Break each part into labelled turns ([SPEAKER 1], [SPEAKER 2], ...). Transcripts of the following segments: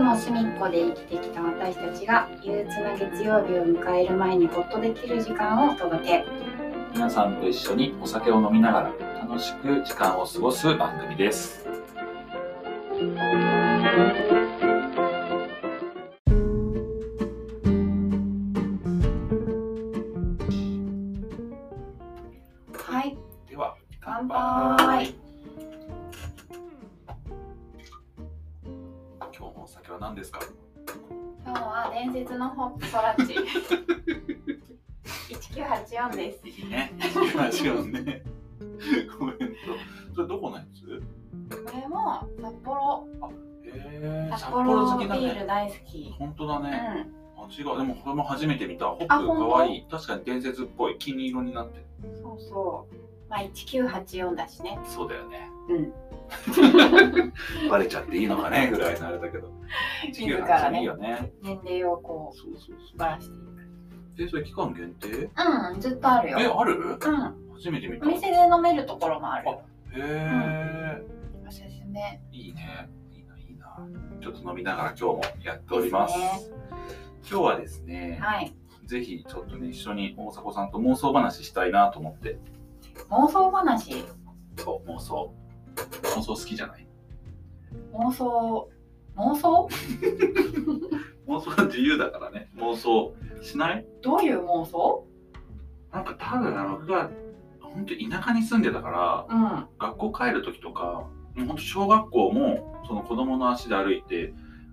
[SPEAKER 1] の隅っこで生きてきた私たちが憂鬱な月曜日を迎える前にほっとできる時間をお届け。
[SPEAKER 2] 皆さんと一緒にお酒を飲みながら楽しく時間を過ごす番組です。
[SPEAKER 1] はい、
[SPEAKER 2] では
[SPEAKER 1] 乾杯。
[SPEAKER 2] 今日のお酒は何ですか？
[SPEAKER 1] 今日は伝説のホップソラチ1984です。
[SPEAKER 2] いいね、1984ね。コメント。それどこのやつ？
[SPEAKER 1] これも札幌。札幌
[SPEAKER 2] 好きだね。
[SPEAKER 1] ビール大好き。
[SPEAKER 2] 本当だね。違う、でもこれも初めて見た。ホップかわいい。確かに伝説っぽい金色になってる。
[SPEAKER 1] そうそう。まあ1984だしね。
[SPEAKER 2] そうだよね。
[SPEAKER 1] バ
[SPEAKER 2] レちゃっていいのかねぐらいのあれだけど。
[SPEAKER 1] 1984
[SPEAKER 2] いいよね。
[SPEAKER 1] 年齢をこうばらしていく。
[SPEAKER 2] それ期間限定？
[SPEAKER 1] ずっとあるよ。
[SPEAKER 2] ある？初めて見た。
[SPEAKER 1] お店で飲めるところもあるよ。おすすめ。
[SPEAKER 2] いいね。いいな。ちょっと飲みながら今日もやっております。今日はですね、ぜひちょっとね、一緒に大迫さんと妄想話したいなと思って。
[SPEAKER 1] 妄想話？
[SPEAKER 2] そう、妄想好きじゃない？
[SPEAKER 1] 妄想
[SPEAKER 2] 妄想は自由だからね。妄想しない？
[SPEAKER 1] どういう妄想？
[SPEAKER 2] なんか多分僕が本当田舎に住んでたから、学校帰る時とか、本当小学校もその子供の足で歩いて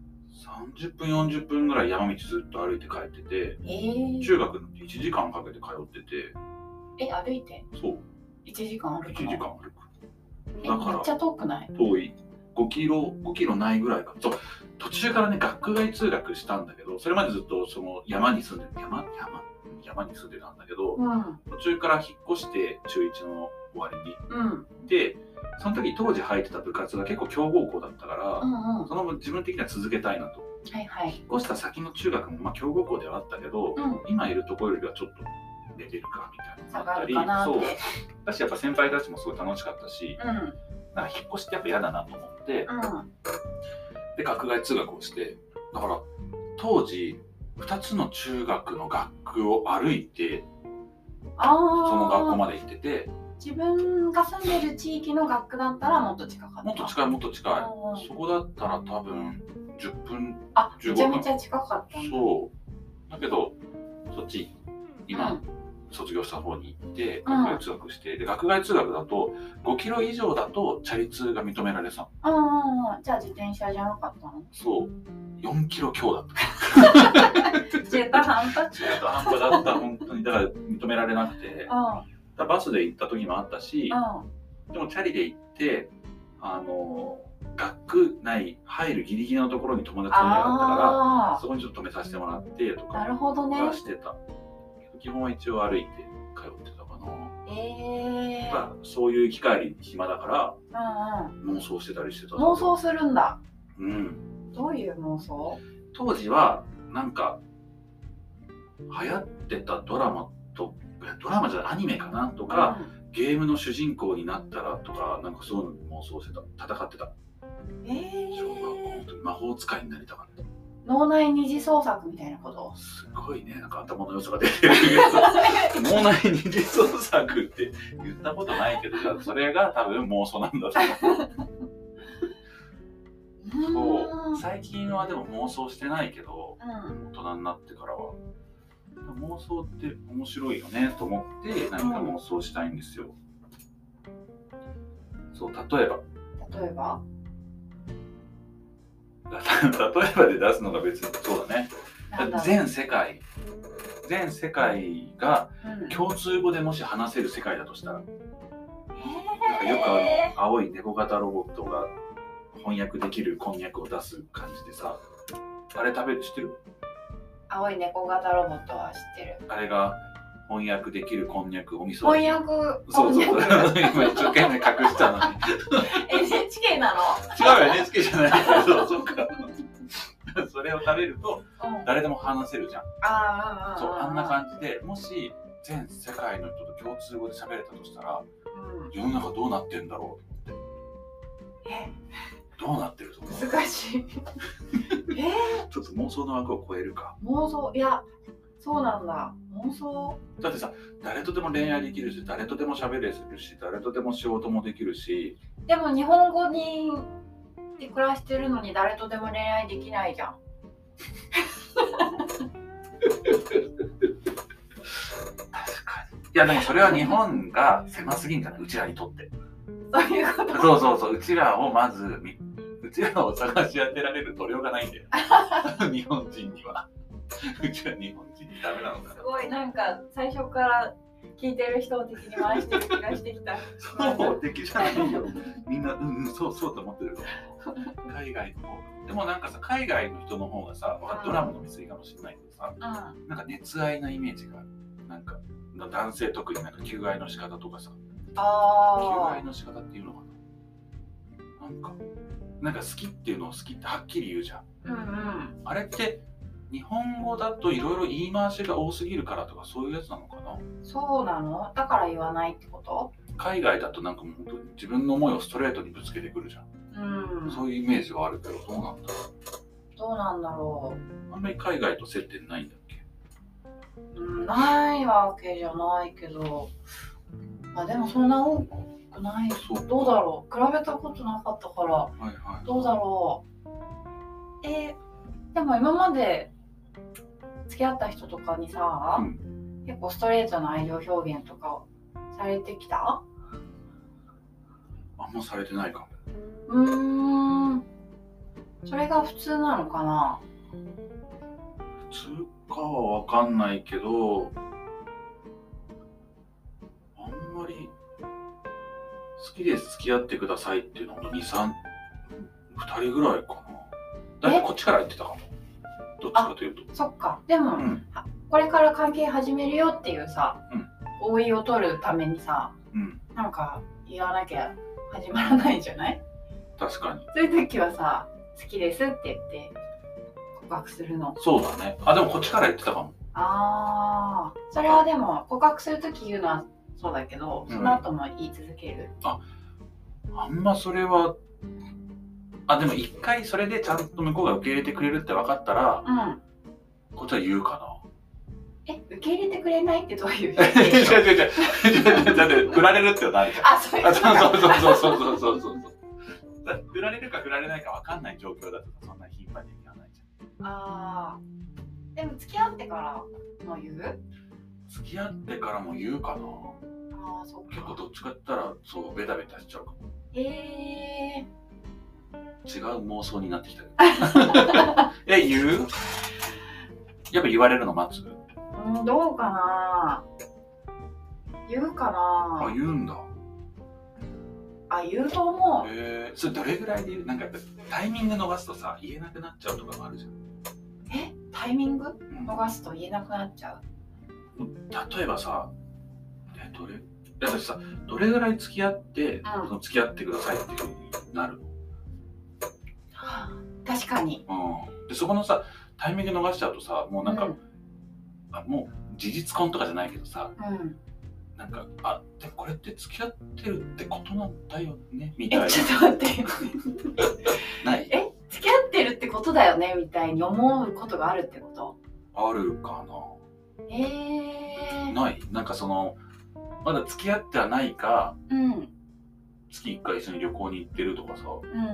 [SPEAKER 2] 30分40分ぐらい山道ずっと歩いて帰ってて、中学の1時間かけて通ってて。
[SPEAKER 1] 歩いて？そう。1時間歩くの？1時間歩く。だからめっちゃ遠くない？
[SPEAKER 2] 遠い。5キロないぐらいか。そう、途中からね、学外通学したんだけど、それまでずっとその山に住んでたんだけど、途中から引っ越して中1の終わりに。で、その時当時入ってた部活が結構強豪校だったから、その自分的には続けたいなと。引っ越した先の中学も強豪校ではあったけど、今いるところよりはちょっと出てるかみたいなのがあったり、そう私やっぱ先輩たちもすごい楽しかったし、なんか引っ越しってやっぱ嫌だなと思って、で学外通学をして、だから当時2つの中学の学区を歩いてその学校まで行ってて、
[SPEAKER 1] 自分が住んでる地域の学区だったらもっと近かった。もっと近
[SPEAKER 2] い。そこだったら多分10分15分。
[SPEAKER 1] めちゃめちゃ近かった。
[SPEAKER 2] そうだけどそっち今、卒業した方に行って学外通学して、で学外通学だと5キロ以上だとチャリ通が認められた。
[SPEAKER 1] じゃあ自転車じゃなかったの？
[SPEAKER 2] そう、4キロ強だった。
[SPEAKER 1] 中途半端だ
[SPEAKER 2] った本当に。だから認められなくて、バスで行った時もあったし、でもチャリで行って学区内入るギリギリのところに友達の家があったから、そこにちょっと止めさせてもらってとかしてた。基本は一応歩いて通ってたかな。そういう機会暇だから妄想してたりしてた。
[SPEAKER 1] 妄想するんだ。どういう妄想？
[SPEAKER 2] 当時はなんか流行ってたドラマじゃないアニメかなとか、ゲームの主人公になったらとか、なんかそういうの妄想してた。戦ってた。小学校魔法使いになりたかった。
[SPEAKER 1] 脳内二次創作みたいなこと？
[SPEAKER 2] すごいね、なんか頭の良さが出てるけど脳内二次創作って言ったことないけど、それが多分妄想なんだと思う。そう、最近はでも妄想してないけど、大人になってからは妄想って面白いよねと思って何か妄想したいんですよ。そう、例えばで出すのが別にそうだね。全世界が共通語でもし話せる世界だとしたら、なんかよく青い猫型ロボットが翻訳できるこんにゃくを出す感じでさ、あれ知ってる？
[SPEAKER 1] 青い猫型ロボットは知ってる。
[SPEAKER 2] あれが翻訳できるこんにゃくお味噌。
[SPEAKER 1] 翻訳
[SPEAKER 2] そう今一生懸命隠したのに
[SPEAKER 1] NHK なの？
[SPEAKER 2] 違うよ、NHK じゃないけど、そっか。それを食べると誰でも話せるじゃん。そう、あんな感じで、もし全世界の人と共通語で喋れたとしたら、世の中どうなってんだろうと思って。 どうなってると思う？
[SPEAKER 1] 難しい。
[SPEAKER 2] ちょっと妄想の枠を超えるか。
[SPEAKER 1] 妄想、いや、そうなんだ。妄想。
[SPEAKER 2] だってさ、誰とでも恋愛できるし、誰とでも喋れるし、誰とでも仕事もできるし。で
[SPEAKER 1] も日本語にで暮らしてるのに誰とでも恋愛できないじゃん。
[SPEAKER 2] 確かに。いやでもそれは日本が狭すぎんじゃない？うちらにとって。
[SPEAKER 1] そういうこと。
[SPEAKER 2] そう。うちらをまずうちらを探し当てられる度量がないんだよ。日本人には。うちら日本人にダメなのかな。
[SPEAKER 1] すごいなんか最初から聞いてる人を敵に回してる気がしてきた。
[SPEAKER 2] そう敵じゃないよ。みんなそうと思ってる。海外の方でもなんかさ、海外の人の方がさ、ドラマの見過ぎかもしれないけどさ、なんか熱愛なイメージがある。なんか男性特になんか求愛の仕方とかさ、求愛の仕方っていうのかな。なんか好きっていうのを好きってはっきり言うじゃん。あれって日本語だといろいろ言い回しが多すぎるからとかそういうやつなのかな。
[SPEAKER 1] そうなの？だから言わないってこと？
[SPEAKER 2] 海外だとなんかもう本当に自分の思いをストレートにぶつけてくるじゃん。そういうイメージはあるけど、どうなんだろう。あんまり海外と接点ないんだっけ？
[SPEAKER 1] ないわけじゃないけど、でもそんな多くない。どうだろう。比べたことなかったから、どうだろう。でも今まで付き合った人とかにさ、結構ストレートな愛情表現とかされてきた？
[SPEAKER 2] あんまされてないかも。
[SPEAKER 1] それが普通なのかな？
[SPEAKER 2] 普通かは分かんないけど、あんまり好きです付き合ってくださいっていうのも2人ぐらいかな。だいぶこっちから言ってたかも。どっちかというと。
[SPEAKER 1] そっか。でも、これから関係始めるよっていうさ、合意を取るためにさ、なんか言わなきゃ始まらないじゃない？
[SPEAKER 2] 確かに。
[SPEAKER 1] そういう時はさ、好きですって言って告白するの。
[SPEAKER 2] そうだね。でもこっちから言ってたかも。
[SPEAKER 1] それはでも告白する時言うのはそうだけど、その後も言い続ける。
[SPEAKER 2] あんまそれは。でも一回それでちゃんと向こうが受け入れてくれるって分かったら、こっちは言うか
[SPEAKER 1] な。受け入れてくれないってどういう？
[SPEAKER 2] 違う。振られるってのあるじゃん。そういうこと。そう。振られるか振られないか分かんない状況だとそんな頻繁に言わないじ
[SPEAKER 1] ゃん。でも付き合ってからも言う？
[SPEAKER 2] 付き合ってからも言うかな。
[SPEAKER 1] そうか。
[SPEAKER 2] 結構どっちかって言ったらそうベタベタしちゃうかも。違う妄想になってきたけど。言う？やっぱ言われるの待つ？
[SPEAKER 1] どうかな。言うかな。
[SPEAKER 2] 言うんだ。
[SPEAKER 1] 言うと思う。
[SPEAKER 2] それどれぐらいで言う？なんかやっぱタイミング逃すとさ言えなくなっちゃうとかもあるじゃん。
[SPEAKER 1] タイミング逃すと言えなくなっちゃう？
[SPEAKER 2] 例えばさ、どれぐらい付き合って、付き合ってくださいっていう風になるの？
[SPEAKER 1] 確かに。
[SPEAKER 2] でそこのさタイミング逃しちゃうとさ、もうなんか、もう事実婚とかじゃないけどさ、なんかでもこれって付き合ってるってことなんだよねみたいな。
[SPEAKER 1] ちょっと待って。
[SPEAKER 2] ない？
[SPEAKER 1] 付き合ってるってことだよねみたいに思うことがあるってこと？
[SPEAKER 2] あるかな。ない？なんかまだ付き合ってはないか、月1回一緒に旅行に行ってるとかさ、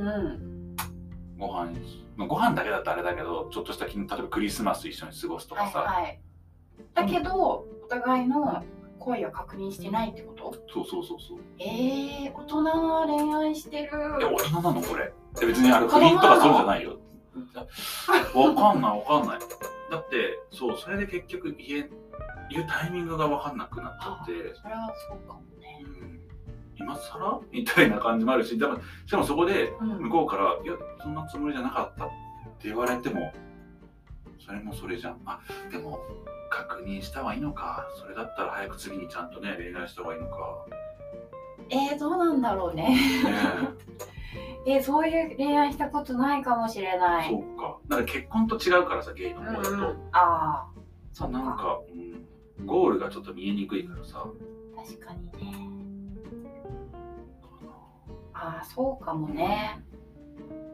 [SPEAKER 2] ご飯だけだったらあれだけど、ちょっとした例えばクリスマス一緒に過ごすとかさ、だけどお互いの恋を確認してないってこと？そう。大人の恋愛してる。大人なのこれ？別に不倫とかそうじゃないよ。わかんない。だってそれで結局言うタイミングが分かんなくなっちゃって。それはそうかもね。今更みたいな感じもあるし、でもしかもそこで向こうから「いやそんなつもりじゃなかった」って言われても、それもそれじゃん。でも確認した方がいいのか。それだったら早く次にちゃんとね恋愛した方がいいのか。どうなんだろうね。そういう恋愛したことないかもしれない。そうか。なんか結婚と違うからさ、ゲイの方だと。なんか、ゴールがちょっと見えにくいからさ。確かにね。そうかもね。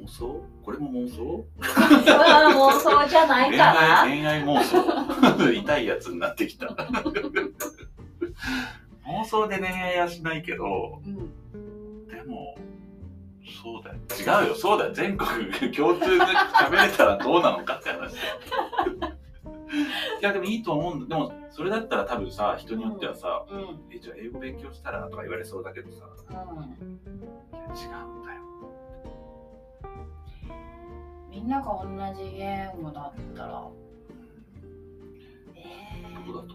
[SPEAKER 2] 想？これも妄想？
[SPEAKER 1] 妄想じゃないかな。
[SPEAKER 2] 恋愛妄想。痛いやつになってきた。妄想で恋愛はしないけど、でもそうだよ。違うよ。そうだよ。全国共通で喋れたらどうなのかって話。いやでもいいと思うんだ。でもそれだったら多分さ、人によってはさ、じゃあ英語勉強したらとか言われそうだけどさ、いや違うんだよ。
[SPEAKER 1] みんなが同じ言語だったら、ど
[SPEAKER 2] うだと？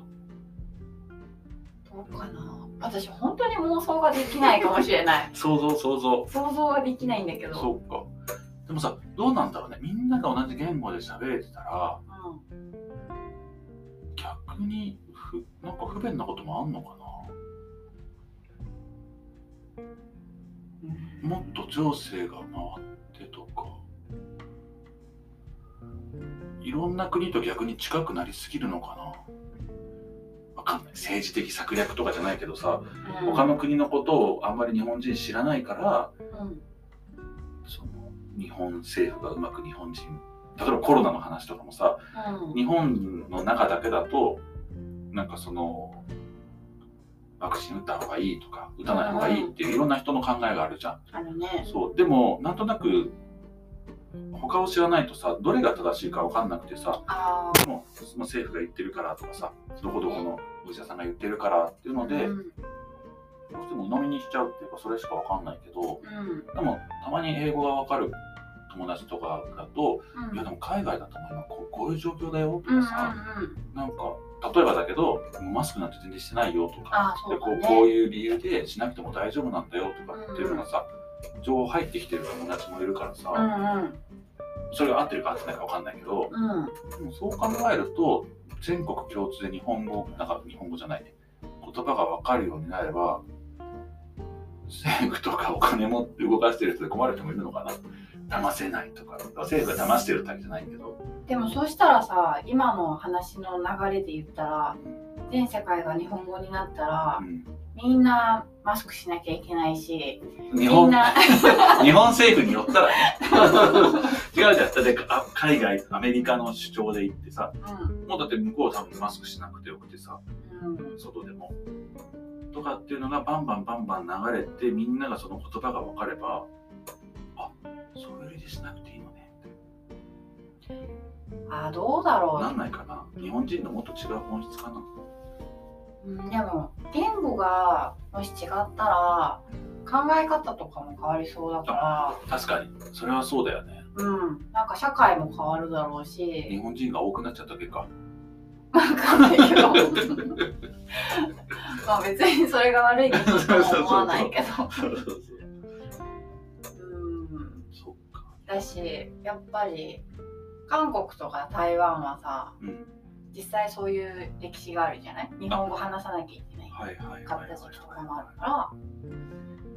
[SPEAKER 1] どうかな。私本当に妄想ができないかもしれない。
[SPEAKER 2] 想像
[SPEAKER 1] ができないんだけど。
[SPEAKER 2] そうか。でもさ、どうなんだろうね。みんなが同じ言語で喋れてたら、逆になんか不便なこともあんのかな。もっと情勢が回ってとか、いろんな国と逆に近くなりすぎるのかな。わかんない。政治的策略とかじゃないけどさ、他の国のことをあんまり日本人知らないから、その日本政府がうまく日本人、例えばコロナの話とかもさ、日本の中だけだとなんかそのワクチン打った方がいいとか打たない方がいいっていういろんな人の考えがあるじゃん。そうでもなんとなく他を知らないとさ、どれが正しいか分かんなくてさ、でもその政府が言ってるからとかさ、どこどこのお医者さんが言ってるからっていうので、どうしても鵜呑みにしちゃうっていうか、それしか分かんないけど、でもたまに英語が分かる友達とかだと、いやでも海外だと今こういう状況だよとかさ、なんか例えばだけどマスクなんて全然してないよとか、でこういう理由でしなくても大丈夫なんだよとかっていうのがさ、情報入ってきてる友達もいるからさ、それが合ってるか合ってないか分かんないけど、でもそう考えると全国共通で日本語じゃないね、言葉が分かるようになれば、政府とかお金持って動かしてる人で困る人もいるのかな。騙せないとか、政府が騙してるだけじゃないけど。
[SPEAKER 1] でもそうしたらさ、今の話の流れで言ったら、全世界が日本語になったら、みんなマスクしなきゃいけないし、
[SPEAKER 2] 日本政府によったらね違うじゃん。だって海外アメリカの主張で言ってさ、もうだって向こう多分マスクしなくてよくてさ、外でもとかっていうのがバンバン流れて、みんながその言葉が分かれば、あ、それでしなくていいのね。
[SPEAKER 1] どうだろう。
[SPEAKER 2] なんないかな。日本人のもっと違う本質かな。
[SPEAKER 1] でも言語がもし違ったら考え方とかも変わりそうだから。
[SPEAKER 2] 確かにそれはそうだよね。
[SPEAKER 1] なんか社会も変わるだろうし。
[SPEAKER 2] 日本人が多くなっちゃった結果
[SPEAKER 1] 分かんないけどまあ別にそれが悪いこととは思わないけど
[SPEAKER 2] そっか。
[SPEAKER 1] だしやっぱり韓国とか台湾はさ、実際そういう歴史があるじゃない。日本語話さなきゃいけないかった時期とかもあるから、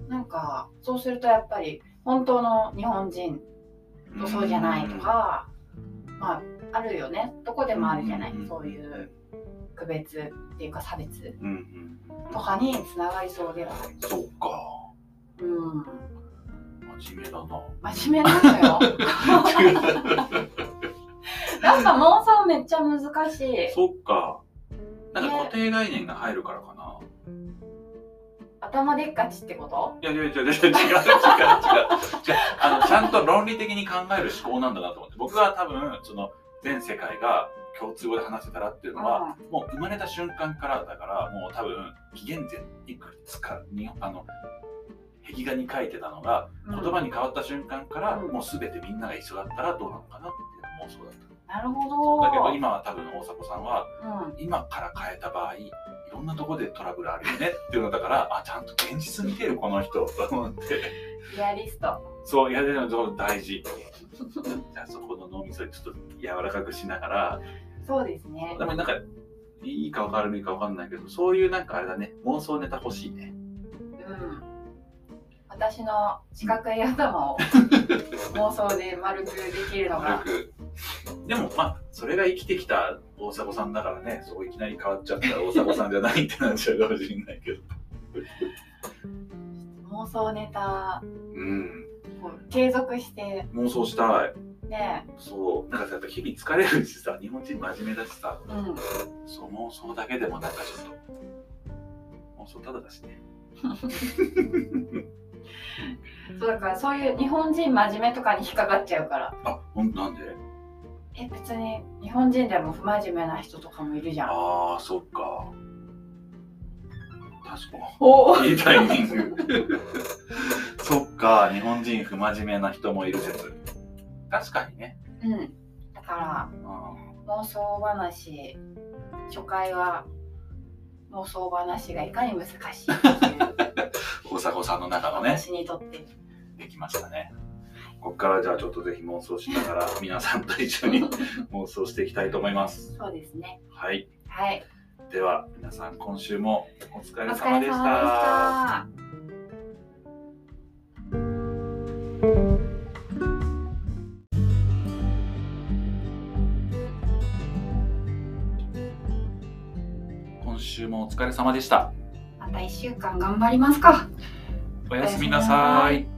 [SPEAKER 1] なんかそうするとやっぱり本当の日本人とそうじゃないとか、まああるよね。どこでもあるじゃない。そういう区別っていうか差別とかにつながりそうではある。
[SPEAKER 2] そうか。真面目だな。
[SPEAKER 1] 真面目なのよ。なんか妄想めっちゃ難しい。
[SPEAKER 2] そっか。なんか固定概念が入るからかな。
[SPEAKER 1] 頭でっかちってこと？
[SPEAKER 2] いや違う。ちゃんと論理的に考える思考なんだなと思って。僕は多分その全世界が共通語で話せたらっていうのは、もう生まれた瞬間からだから、もう多分紀元前いくつかに壁画に書いてたのが、言葉に変わった瞬間から、もう全てみんなが一緒だったらどうなのかなっていう妄想だった。
[SPEAKER 1] なるほど。
[SPEAKER 2] だけど今は多分大迫さんは、今から変えた場合いろんなところでトラブルあるよねっていうのだから、ちゃんと現実見てるこの人と思って。
[SPEAKER 1] リアリスト。
[SPEAKER 2] そう、でも大事。じゃあそこの脳みそちょっと柔らかくしながら。
[SPEAKER 1] そうですね。
[SPEAKER 2] でもなんかいいか悪いか分かんないけど、そういうなんかあれだね、妄想ネタ欲しいね。
[SPEAKER 1] 私の四角い頭を妄想で丸くできるのが。
[SPEAKER 2] でもそれが生きてきた大迫さんだからね、そういきなり変わっちゃったら大迫さんじゃないってなっちゃうかもしれないけど。
[SPEAKER 1] 妄想ネタ。 継続して
[SPEAKER 2] 妄想したい
[SPEAKER 1] ね。
[SPEAKER 2] そうなんかさやっぱ日々疲れるしさ、日本人真面目だしさ、そう妄想だけでもなんかちょっと妄想ただだしね
[SPEAKER 1] そうだからそういう日本人真面目とかに引っかかっちゃうから。
[SPEAKER 2] あ、なんで？
[SPEAKER 1] 別に日本人でも不真面目な人とかもいるじゃん。
[SPEAKER 2] ああ、そっか。確かに。いいタイミング。そっか、日本人不真面目な人もいる説。確かにね。
[SPEAKER 1] だから、妄想話、初回は妄想話がいかに難しいっていう
[SPEAKER 2] 大迫さんの中のね、
[SPEAKER 1] 私にとって
[SPEAKER 2] できましたね。ここからじゃあちょっとぜひ妄想しながら皆さんと一緒に妄想していきたいと思います。
[SPEAKER 1] そうですね。
[SPEAKER 2] はい。
[SPEAKER 1] はい。
[SPEAKER 2] では皆さん今週もお疲れ様でした。今週もお疲れ様でした。
[SPEAKER 1] また1週間頑張りますか。
[SPEAKER 2] おやすみなさい。